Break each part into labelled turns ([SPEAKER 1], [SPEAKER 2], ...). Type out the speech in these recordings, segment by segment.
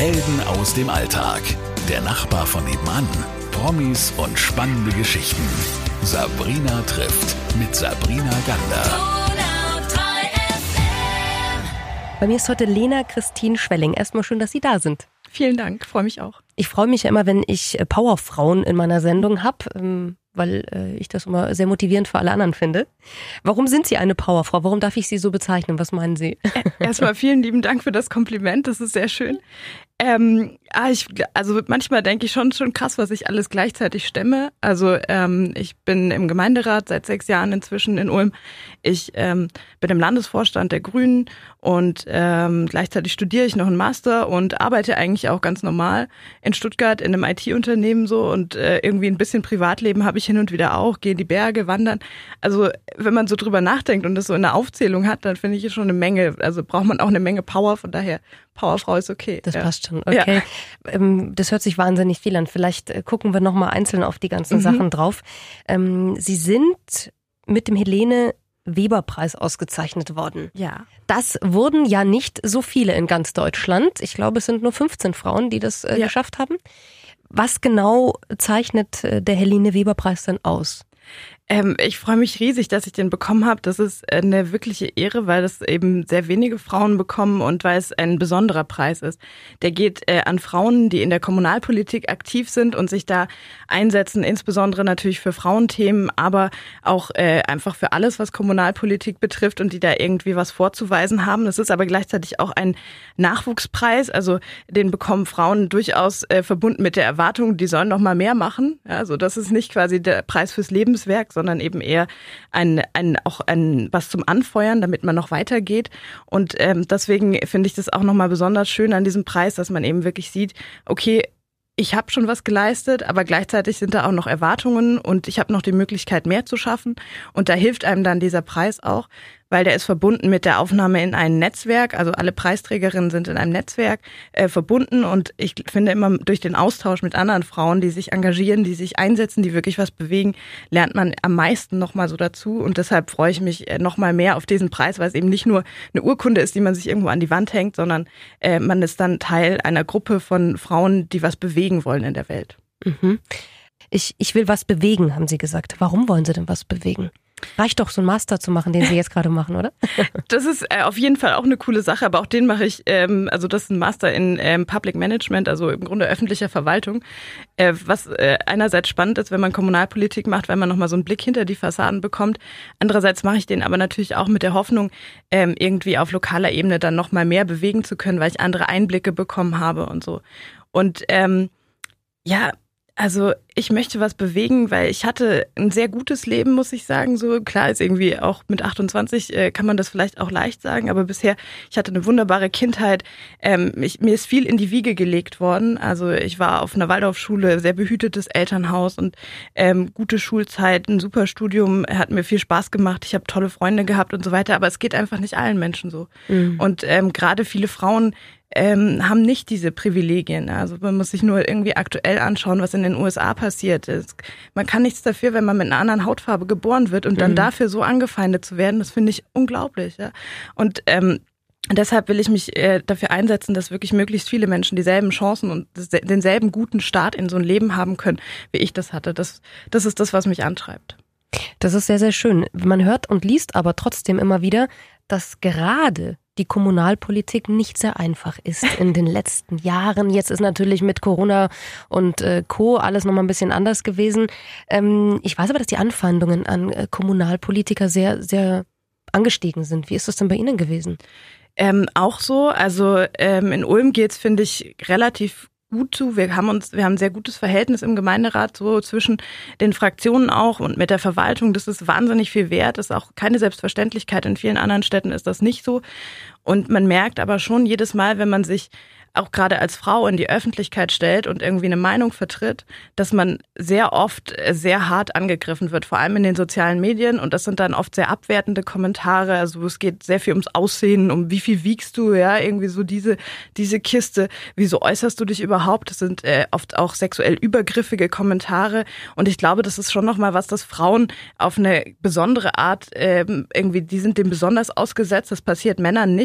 [SPEAKER 1] Helden aus dem Alltag. Der Nachbar von nebenan. Promis und spannende Geschichten. Sabrina trifft mit Sabrina Gander.
[SPEAKER 2] Bei mir ist heute Lena Christine Schwelling. Erstmal schön, dass Sie da sind.
[SPEAKER 3] Vielen Dank, freue mich auch.
[SPEAKER 2] Ich freue mich ja immer, wenn ich Powerfrauen in meiner Sendung habe, weil ich das immer sehr motivierend für alle anderen finde. Warum sind Sie eine Powerfrau? Warum darf ich Sie so bezeichnen? Was meinen Sie?
[SPEAKER 3] Erstmal vielen lieben Dank für das Kompliment, das ist sehr schön. Also manchmal denke ich schon krass, was ich alles gleichzeitig stemme. Also ich bin im Gemeinderat seit 6 Jahren inzwischen in Ulm. Ich bin im Landesvorstand der Grünen und gleichzeitig studiere ich noch einen Master und arbeite eigentlich auch ganz normal in Stuttgart in einem IT-Unternehmen so und irgendwie ein bisschen Privatleben habe ich hin und wieder auch, gehe in die Berge, wandern. Also wenn man so drüber nachdenkt und das so in der Aufzählung hat, dann finde ich schon eine Menge, also braucht man auch eine Menge Power, von daher Powerfrau ist okay.
[SPEAKER 2] Das passt schon, okay. Ja. Das hört sich wahnsinnig viel an. Vielleicht gucken wir nochmal einzeln auf die ganzen Sachen drauf. Sie sind mit dem Helene-Weber-Preis ausgezeichnet worden.
[SPEAKER 3] Ja.
[SPEAKER 2] Das wurden ja nicht so viele in ganz Deutschland. Ich glaube, es sind nur 15 Frauen, die das geschafft haben. Was genau zeichnet der Helene-Weber-Preis denn aus?
[SPEAKER 3] Ich freue mich riesig, dass ich den bekommen habe. Das ist eine wirkliche Ehre, weil das eben sehr wenige Frauen bekommen und weil es ein besonderer Preis ist. Der geht an Frauen, die in der Kommunalpolitik aktiv sind und sich da einsetzen, insbesondere natürlich für Frauenthemen, aber auch einfach für alles, was Kommunalpolitik betrifft und die da irgendwie was vorzuweisen haben. Das ist aber gleichzeitig auch ein Nachwuchspreis, also den bekommen Frauen durchaus verbunden mit der Erwartung, die sollen noch mal mehr machen. Also das ist nicht quasi der Preis fürs Lebenswerk, sondern eben eher ein was zum Anfeuern, damit man noch weitergeht. Und deswegen finde ich das auch nochmal besonders schön an diesem Preis, dass man eben wirklich sieht, okay, ich habe schon was geleistet, aber gleichzeitig sind da auch noch Erwartungen und ich habe noch die Möglichkeit, mehr zu schaffen. Und da hilft einem dann dieser Preis auch, weil der ist verbunden mit der Aufnahme in ein Netzwerk. Also alle Preisträgerinnen sind in einem Netzwerk verbunden. Und ich finde immer durch den Austausch mit anderen Frauen, die sich engagieren, die sich einsetzen, die wirklich was bewegen, lernt man am meisten nochmal so dazu. Und deshalb freue ich mich nochmal mehr auf diesen Preis, weil es eben nicht nur eine Urkunde ist, die man sich irgendwo an die Wand hängt, sondern man ist dann Teil einer Gruppe von Frauen, die was bewegen wollen in der Welt.
[SPEAKER 2] Mhm. Ich will was bewegen, haben Sie gesagt. Warum wollen Sie denn was bewegen? Reicht doch, so einen Master zu machen, den Sie jetzt gerade machen, oder?
[SPEAKER 3] Das ist auf jeden Fall auch eine coole Sache, aber auch den mache ich, also das ist ein Master in Public Management, also im Grunde öffentlicher Verwaltung, was einerseits spannend ist, wenn man Kommunalpolitik macht, weil man nochmal so einen Blick hinter die Fassaden bekommt. Andererseits mache ich den aber natürlich auch mit der Hoffnung, irgendwie auf lokaler Ebene dann nochmal mehr bewegen zu können, weil ich andere Einblicke bekommen habe und so. Und also ich möchte was bewegen, weil ich hatte ein sehr gutes Leben, muss ich sagen. So klar ist irgendwie auch mit 28 kann man das vielleicht auch leicht sagen, aber bisher, ich hatte eine wunderbare Kindheit. Mir ist viel in die Wiege gelegt worden. Also ich war auf einer Waldorfschule, sehr behütetes Elternhaus und gute Schulzeit, ein super Studium, hat mir viel Spaß gemacht. Ich habe tolle Freunde gehabt und so weiter, aber es geht einfach nicht allen Menschen so. Mhm. Und gerade viele Frauen haben nicht diese Privilegien. Also man muss sich nur irgendwie aktuell anschauen, was in den USA passiert ist. Man kann nichts dafür, wenn man mit einer anderen Hautfarbe geboren wird und dann dafür so angefeindet zu werden. Das finde ich unglaublich. Ja? Und deshalb will ich mich dafür einsetzen, dass wirklich möglichst viele Menschen dieselben Chancen und denselben guten Start in so ein Leben haben können, wie ich das hatte. Das ist das, was mich antreibt.
[SPEAKER 2] Das ist sehr, sehr schön. Man hört und liest aber trotzdem immer wieder, dass gerade die Kommunalpolitik nicht sehr einfach ist in den letzten Jahren. Jetzt ist natürlich mit Corona und Co. alles nochmal ein bisschen anders gewesen. Ich weiß aber, dass die Anfeindungen an Kommunalpolitiker sehr, sehr angestiegen sind. Wie ist das denn bei Ihnen gewesen?
[SPEAKER 3] Auch so. Also in Ulm geht's, finde ich, relativ gut zu. Wir haben ein sehr gutes Verhältnis im Gemeinderat, so zwischen den Fraktionen auch und mit der Verwaltung. Das ist wahnsinnig viel wert. Das ist auch keine Selbstverständlichkeit. In vielen anderen Städten ist das nicht so. Und man merkt aber schon jedes Mal, wenn man sich auch gerade als Frau in die Öffentlichkeit stellt und irgendwie eine Meinung vertritt, dass man sehr oft sehr hart angegriffen wird, vor allem in den sozialen Medien. Und das sind dann oft sehr abwertende Kommentare. Also es geht sehr viel ums Aussehen, um wie viel wiegst du, ja, irgendwie so diese Kiste. Wieso äußerst du dich überhaupt? Das sind oft auch sexuell übergriffige Kommentare. Und ich glaube, das ist schon nochmal was, dass Frauen auf eine besondere Art irgendwie, die sind dem besonders ausgesetzt. Das passiert Männern nicht.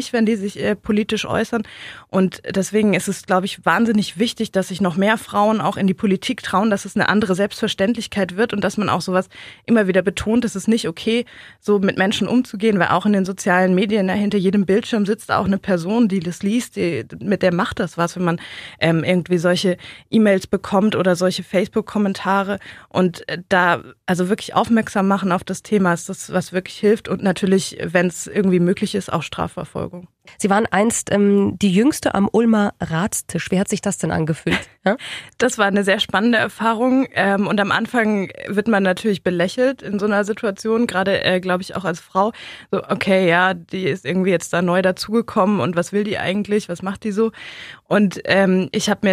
[SPEAKER 3] nicht, wenn die sich politisch äußern. Und deswegen ist es, glaube ich, wahnsinnig wichtig, dass sich noch mehr Frauen auch in die Politik trauen, dass es eine andere Selbstverständlichkeit wird und dass man auch sowas immer wieder betont. Es ist nicht okay, so mit Menschen umzugehen, weil auch in den sozialen Medien hinter jedem Bildschirm sitzt auch eine Person, die das liest, mit der macht das was, wenn man irgendwie solche E-Mails bekommt oder solche Facebook-Kommentare. Und da also wirklich aufmerksam machen auf das Thema ist das, was wirklich hilft. Und natürlich, wenn es irgendwie möglich ist, auch Strafverfolgung.
[SPEAKER 2] Sie waren einst die Jüngste am Ulmer Ratstisch. Wie hat sich das denn angefühlt? Ja?
[SPEAKER 3] Das war eine sehr spannende Erfahrung. Und am Anfang wird man natürlich belächelt in so einer Situation, gerade, glaube ich, auch als Frau. So, okay, ja, die ist irgendwie jetzt da neu dazugekommen und was will die eigentlich? Was macht die so? Und ich habe mir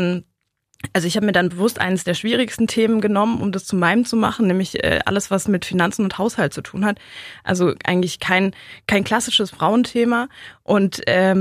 [SPEAKER 3] dann bewusst eines der schwierigsten Themen genommen, um das zu meinem zu machen, nämlich alles, was mit Finanzen und Haushalt zu tun hat. Also eigentlich kein klassisches Frauenthema. Und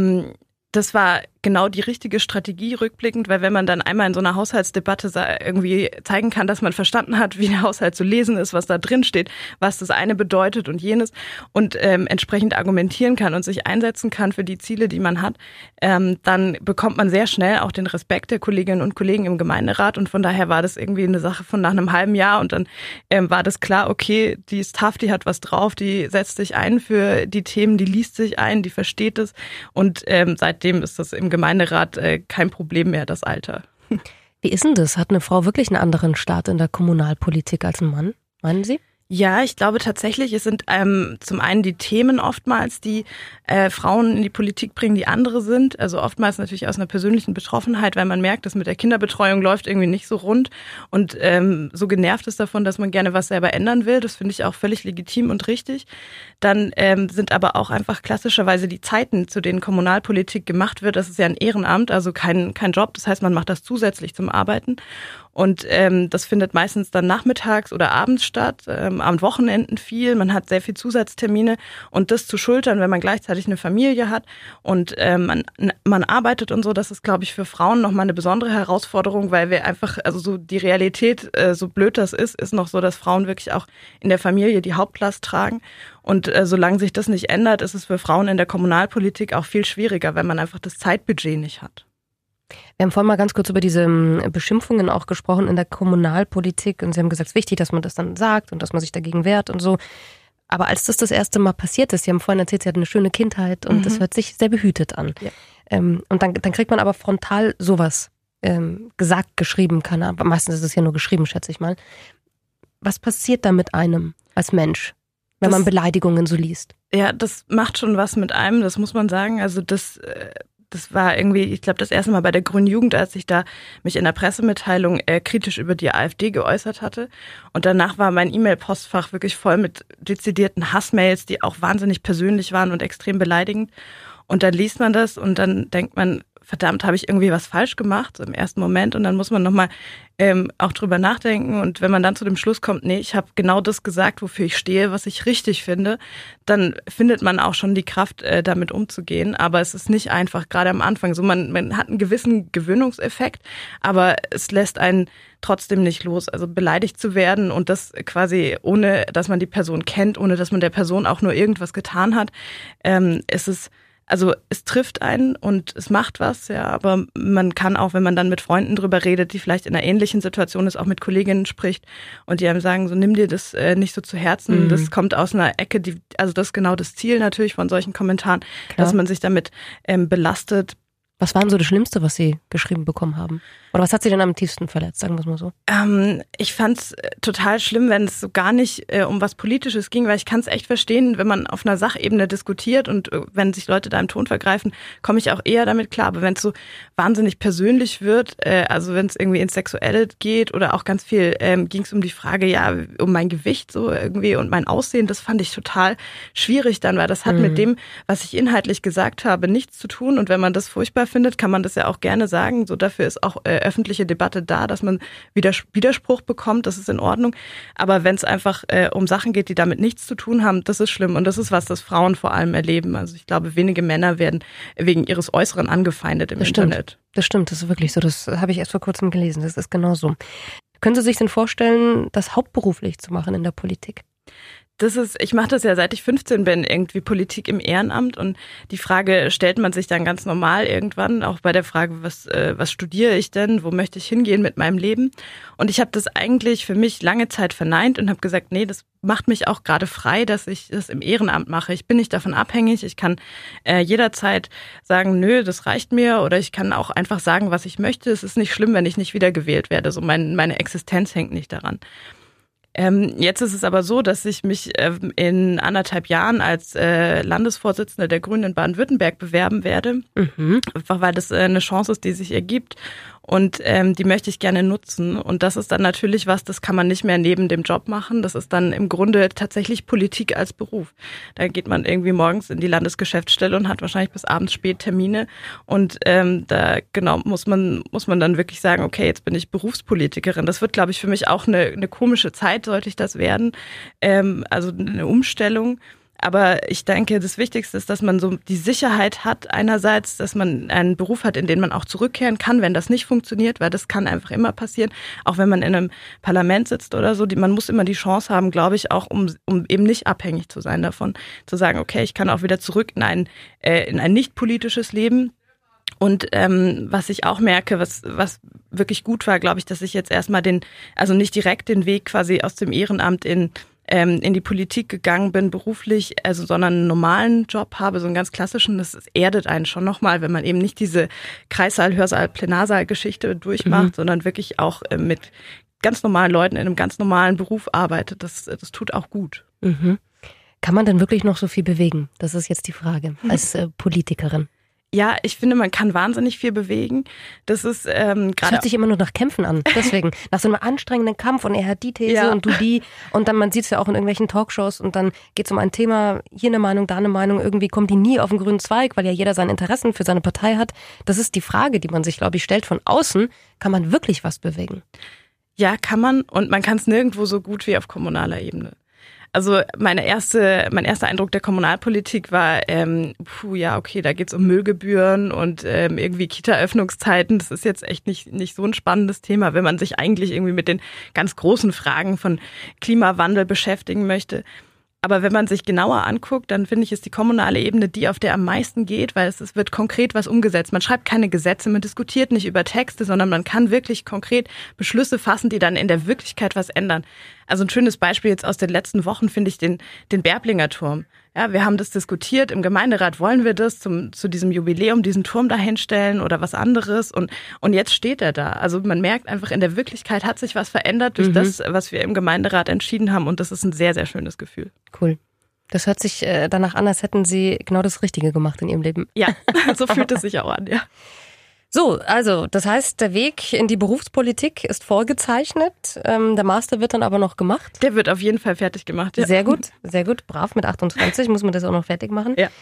[SPEAKER 3] das war genau die richtige Strategie rückblickend, weil wenn man dann einmal in so einer Haushaltsdebatte irgendwie zeigen kann, dass man verstanden hat, wie der Haushalt zu lesen ist, was da drin steht, was das eine bedeutet und jenes und entsprechend argumentieren kann und sich einsetzen kann für die Ziele, die man hat, dann bekommt man sehr schnell auch den Respekt der Kolleginnen und Kollegen im Gemeinderat und von daher war das irgendwie eine Sache von nach einem halben Jahr und dann war das klar, okay, die ist tough, die hat was drauf, die setzt sich ein für die Themen, die liest sich ein, die versteht es und seitdem ist das im Gemeinderat kein Problem mehr, das Alter.
[SPEAKER 2] Wie ist denn das? Hat eine Frau wirklich einen anderen Start in der Kommunalpolitik als ein Mann, meinen Sie?
[SPEAKER 3] Ja, ich glaube tatsächlich, es sind zum einen die Themen oftmals, die Frauen in die Politik bringen, die andere sind. Also oftmals natürlich aus einer persönlichen Betroffenheit, weil man merkt, dass mit der Kinderbetreuung läuft irgendwie nicht so rund und so genervt ist davon, dass man gerne was selber ändern will. Das finde ich auch völlig legitim und richtig. Dann sind aber auch einfach klassischerweise die Zeiten, zu denen Kommunalpolitik gemacht wird. Das ist ja ein Ehrenamt, also kein Job. Das heißt, man macht das zusätzlich zum Arbeiten. Und das findet meistens dann nachmittags oder abends statt, am Wochenenden viel. Man hat sehr viel Zusatztermine und das zu schultern, wenn man gleichzeitig eine Familie hat und man arbeitet und so, das ist, glaube ich, für Frauen nochmal eine besondere Herausforderung, weil wir einfach, also so die Realität, so blöd das ist noch so, dass Frauen wirklich auch in der Familie die Hauptlast tragen. Und solange sich das nicht ändert, ist es für Frauen in der Kommunalpolitik auch viel schwieriger, weil man einfach das Zeitbudget nicht hat.
[SPEAKER 2] Wir haben vorhin mal ganz kurz über diese Beschimpfungen auch gesprochen in der Kommunalpolitik und Sie haben gesagt, es ist wichtig, dass man das dann sagt und dass man sich dagegen wehrt und so. Aber als das erste Mal passiert ist, Sie haben vorhin erzählt, Sie hatten eine schöne Kindheit und das hört sich sehr behütet an. Ja. Und dann kriegt man aber frontal sowas gesagt, geschrieben, aber meistens ist es ja nur geschrieben, schätze ich mal. Was passiert da mit einem als Mensch, wenn man Beleidigungen so liest? Ja, das macht schon was mit einem, das muss man sagen. Also das war irgendwie, ich glaube, das erste Mal bei der Grünen Jugend, als ich da mich in der Pressemitteilung kritisch über die AfD geäußert hatte. Und danach war mein E-Mail-Postfach wirklich voll mit dezidierten Hassmails, die auch wahnsinnig persönlich waren und extrem beleidigend. Und dann liest man das und dann denkt man, verdammt, habe ich irgendwie was falsch gemacht im ersten Moment. Und dann muss man nochmal auch drüber nachdenken. Und wenn man dann zu dem Schluss kommt, nee, ich habe genau das gesagt, wofür ich stehe, was ich richtig finde, dann findet man auch schon die Kraft, damit umzugehen. Aber es ist nicht einfach, gerade am Anfang. So, man hat einen gewissen Gewöhnungseffekt, aber es lässt einen trotzdem nicht los. Also beleidigt zu werden und das quasi ohne, dass man die Person kennt, ohne dass man der Person auch nur irgendwas getan hat, ist es also es trifft einen und es macht was, ja, aber man kann auch, wenn man dann mit Freunden drüber redet, die vielleicht in einer ähnlichen Situation ist, auch mit Kolleginnen spricht und die einem sagen, so nimm dir das nicht so zu Herzen, das kommt aus einer Ecke, also das ist genau das Ziel natürlich von solchen Kommentaren, dass man sich damit belastet. Was war denn so das Schlimmste, was Sie geschrieben bekommen haben? Oder was hat Sie denn am tiefsten verletzt, sagen wir es mal so?
[SPEAKER 3] Ich fand es total schlimm, wenn es so gar nicht um was Politisches ging, weil ich kann es echt verstehen, wenn man auf einer Sachebene diskutiert und wenn sich Leute da im Ton vergreifen, komme ich auch eher damit klar. Aber wenn es so wahnsinnig persönlich wird, also wenn es irgendwie ins Sexuelle geht oder auch ganz viel ging es um die Frage, ja, um mein Gewicht so irgendwie und mein Aussehen, das fand ich total schwierig dann, weil das hat mit dem, was ich inhaltlich gesagt habe, nichts zu tun. Und wenn man das furchtbar findet, kann man das ja auch gerne sagen. So dafür ist auch öffentliche Debatte da, dass man Widerspruch bekommt, das ist in Ordnung. Aber wenn es einfach um Sachen geht, die damit nichts zu tun haben, das ist schlimm. Und das ist was, das Frauen vor allem erleben. Also ich glaube, wenige Männer werden wegen ihres Äußeren angefeindet im Internet.
[SPEAKER 2] Das stimmt, das ist wirklich so. Das habe ich erst vor kurzem gelesen. Das ist genau so. Können Sie sich denn vorstellen, das hauptberuflich zu machen in der Politik?
[SPEAKER 3] Ich mache das ja seit ich 15 bin, irgendwie Politik im Ehrenamt, und die Frage stellt man sich dann ganz normal irgendwann, auch bei der Frage, was studiere ich denn, wo möchte ich hingehen mit meinem Leben? Und ich habe das eigentlich für mich lange Zeit verneint und habe gesagt, nee, das macht mich auch gerade frei, dass ich das im Ehrenamt mache. Ich bin nicht davon abhängig, ich kann jederzeit sagen, nö, das reicht mir, oder ich kann auch einfach sagen, was ich möchte. Es ist nicht schlimm, wenn ich nicht wiedergewählt werde, so meine Existenz hängt nicht daran. Jetzt ist es aber so, dass ich mich in 1,5 Jahren als Landesvorsitzende der Grünen in Baden-Württemberg bewerben werde, einfach weil das eine Chance ist, die sich ergibt, und die möchte ich gerne nutzen. Und das ist dann natürlich was, das kann man nicht mehr neben dem Job machen. Das ist dann im Grunde tatsächlich Politik als Beruf. Da geht man irgendwie morgens in die Landesgeschäftsstelle und hat wahrscheinlich bis abends spät Termine, und da genau muss man dann wirklich sagen, okay, jetzt bin ich Berufspolitikerin. Das wird, glaube ich, für mich auch eine komische Zeit, sollte ich das werden. Also eine Umstellung. Aber ich denke, das Wichtigste ist, dass man so die Sicherheit hat einerseits, dass man einen Beruf hat, in den man auch zurückkehren kann, wenn das nicht funktioniert, weil das kann einfach immer passieren, auch wenn man in einem Parlament sitzt oder so. Man muss immer die Chance haben, glaube ich, auch um eben nicht abhängig zu sein davon, zu sagen, okay, ich kann auch wieder zurück in ein nicht politisches Leben. Und was ich auch merke, was wirklich gut war, glaube ich, dass ich jetzt erstmal nicht direkt den Weg quasi aus dem Ehrenamt in die Politik gegangen bin, beruflich, sondern einen normalen Job habe, so einen ganz klassischen. Das erdet einen schon nochmal, wenn man eben nicht diese Kreissaal-, Hörsaal-, Plenarsaal-Geschichte durchmacht, sondern wirklich auch mit ganz normalen Leuten in einem ganz normalen Beruf arbeitet. Das tut auch gut.
[SPEAKER 2] Mhm. Kann man denn wirklich noch so viel bewegen? Das ist jetzt die Frage als Politikerin.
[SPEAKER 3] Ja, ich finde, man kann wahnsinnig viel bewegen. Das ist gerade.
[SPEAKER 2] Das hört sich immer nur nach Kämpfen an. Deswegen, nach so einem anstrengenden Kampf, und er hat die These und du die. Und dann, man sieht es ja auch in irgendwelchen Talkshows, und dann geht es um ein Thema, hier eine Meinung, da eine Meinung. Irgendwie kommt die nie auf den grünen Zweig, weil ja jeder seine Interessen für seine Partei hat. Das ist die Frage, die man sich, glaube ich, stellt. Von außen kann man wirklich was bewegen.
[SPEAKER 3] Ja, kann man. Und man kann es nirgendwo so gut wie auf kommunaler Ebene. Also mein erster Eindruck der Kommunalpolitik war, okay, da geht's um Müllgebühren und irgendwie Kita-Öffnungszeiten. Das ist jetzt echt nicht so ein spannendes Thema, wenn man sich eigentlich irgendwie mit den ganz großen Fragen von Klimawandel beschäftigen möchte. Aber wenn man sich genauer anguckt, dann finde ich, ist die kommunale Ebene die, auf der am meisten geht, weil es wird konkret was umgesetzt. Man schreibt keine Gesetze, man diskutiert nicht über Texte, sondern man kann wirklich konkret Beschlüsse fassen, die dann in der Wirklichkeit was ändern. Also ein schönes Beispiel jetzt aus den letzten Wochen finde ich den Bärblinger Turm. Ja, wir haben das diskutiert im Gemeinderat, wollen wir das zu diesem Jubiläum, diesen Turm da hinstellen oder was anderes, und jetzt steht er da. Also man merkt einfach, in der Wirklichkeit hat sich was verändert durch das, was wir im Gemeinderat entschieden haben, und das ist ein sehr, sehr schönes Gefühl.
[SPEAKER 2] Cool. Das hört sich danach an, als hätten Sie genau das Richtige gemacht in Ihrem Leben.
[SPEAKER 3] Ja, so fühlt es sich auch an, ja.
[SPEAKER 2] So, also das heißt, der Weg in die Berufspolitik ist vorgezeichnet. Der Master wird dann aber noch gemacht.
[SPEAKER 3] Der wird auf jeden Fall fertig gemacht, ja.
[SPEAKER 2] Sehr gut, brav. Mit 28 muss man das auch noch fertig machen.
[SPEAKER 3] Ja.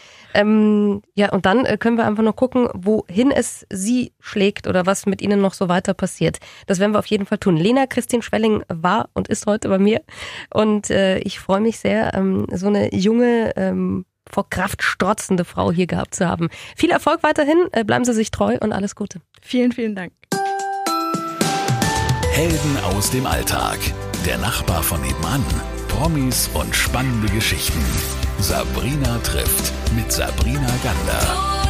[SPEAKER 2] Ja, und dann können wir einfach noch gucken, wohin es Sie schlägt oder was mit Ihnen noch so weiter passiert. Das werden wir auf jeden Fall tun. Lena Christine Schwelling war und ist heute bei mir, und ich freue mich sehr, so eine junge, vor Kraft strotzende Frau hier gehabt zu haben. Viel Erfolg weiterhin, bleiben Sie sich treu und alles Gute.
[SPEAKER 3] Vielen, vielen Dank.
[SPEAKER 1] Helden aus dem Alltag. Der Nachbar von nebenan. Promis und spannende Geschichten. Sabrina trifft mit Sabrina Gander.